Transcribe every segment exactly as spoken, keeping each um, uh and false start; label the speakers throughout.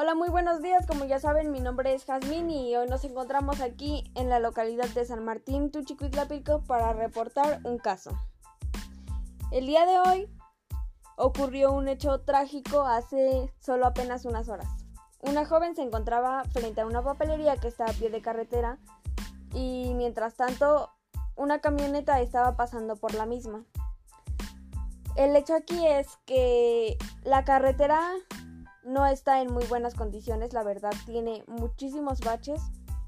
Speaker 1: Hola, muy buenos días. Como ya saben, mi nombre es Jazmín y hoy nos encontramos aquí en la localidad de San Martín, Tuchicuitlapilco, para reportar un caso. El día de hoy ocurrió un hecho trágico hace solo apenas unas horas. Una joven se encontraba frente a una papelería que está a pie de carretera y mientras tanto una camioneta estaba pasando por la misma. El hecho aquí es que la carretera no está en muy buenas condiciones, la verdad, tiene muchísimos baches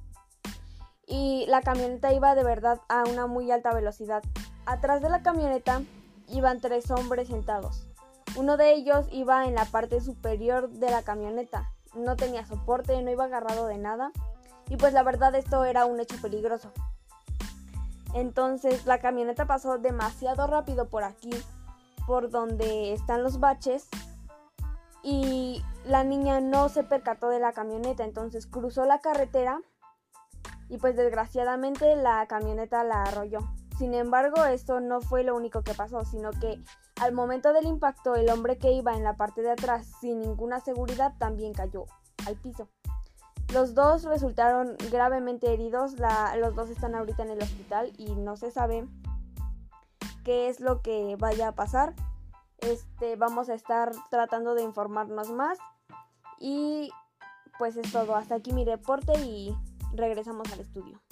Speaker 1: y la camioneta iba de verdad a una muy alta velocidad. Atrás de la camioneta iban tres hombres sentados. Uno de ellos iba en la parte superior de la camioneta, no tenía soporte, no iba agarrado de nada y pues la verdad esto era un hecho peligroso. Entonces la camioneta pasó demasiado rápido por aquí, por donde están los baches, y la niña no se percató de la camioneta, entonces cruzó la carretera y pues desgraciadamente la camioneta la arrolló. Sin embargo, esto no fue lo único que pasó, sino que al momento del impacto el hombre que iba en la parte de atrás sin ninguna seguridad también cayó al piso. Los dos resultaron gravemente heridos, la, los dos están ahorita en el hospital y no se sabe qué es lo que vaya a pasar. Este, vamos a estar tratando de informarnos más y pues es todo. Hasta aquí mi reporte y regresamos al estudio.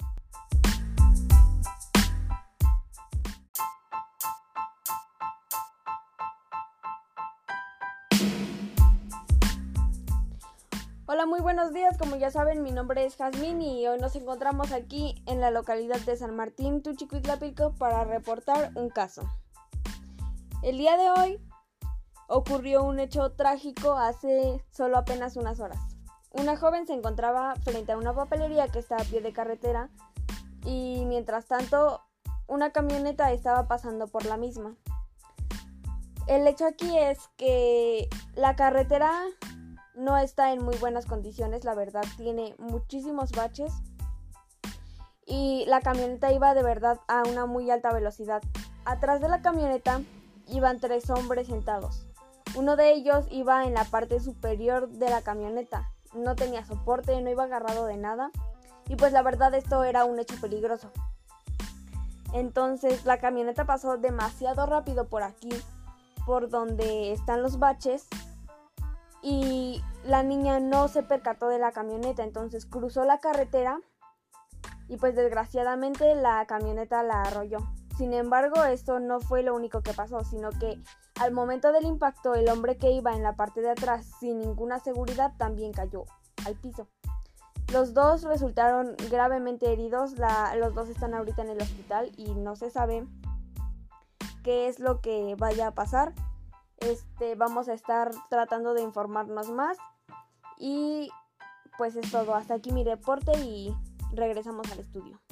Speaker 1: Hola, muy buenos días. Como ya saben, mi nombre es Jazmín y hoy nos encontramos aquí en la localidad de San Martín, Tuchicuitlapilco, para reportar un caso. El día de hoy ocurrió un hecho trágico hace solo apenas unas horas. Una joven se encontraba frente a una papelería que está a pie de carretera y mientras tanto una camioneta estaba pasando por la misma. El hecho aquí es que la carretera no está en muy buenas condiciones, la verdad, tiene muchísimos baches y la camioneta iba de verdad a una muy alta velocidad. Atrás de la camioneta iban tres hombres sentados. Uno de ellos iba en la parte superior de la camioneta, no tenía soporte, no iba agarrado de nada y pues la verdad esto era un hecho peligroso. Entonces la camioneta pasó demasiado rápido por aquí, por donde están los baches, y la niña no se percató de la camioneta, entonces cruzó la carretera y pues desgraciadamente la camioneta la arrolló. Sin embargo, esto no fue lo único que pasó, sino que al momento del impacto el hombre que iba en la parte de atrás sin ninguna seguridad también cayó al piso. Los dos resultaron gravemente heridos, la, los dos están ahorita en el hospital y no se sabe qué es lo que vaya a pasar. Este, vamos a estar tratando de informarnos más y pues es todo. Hasta aquí mi reporte y regresamos al estudio.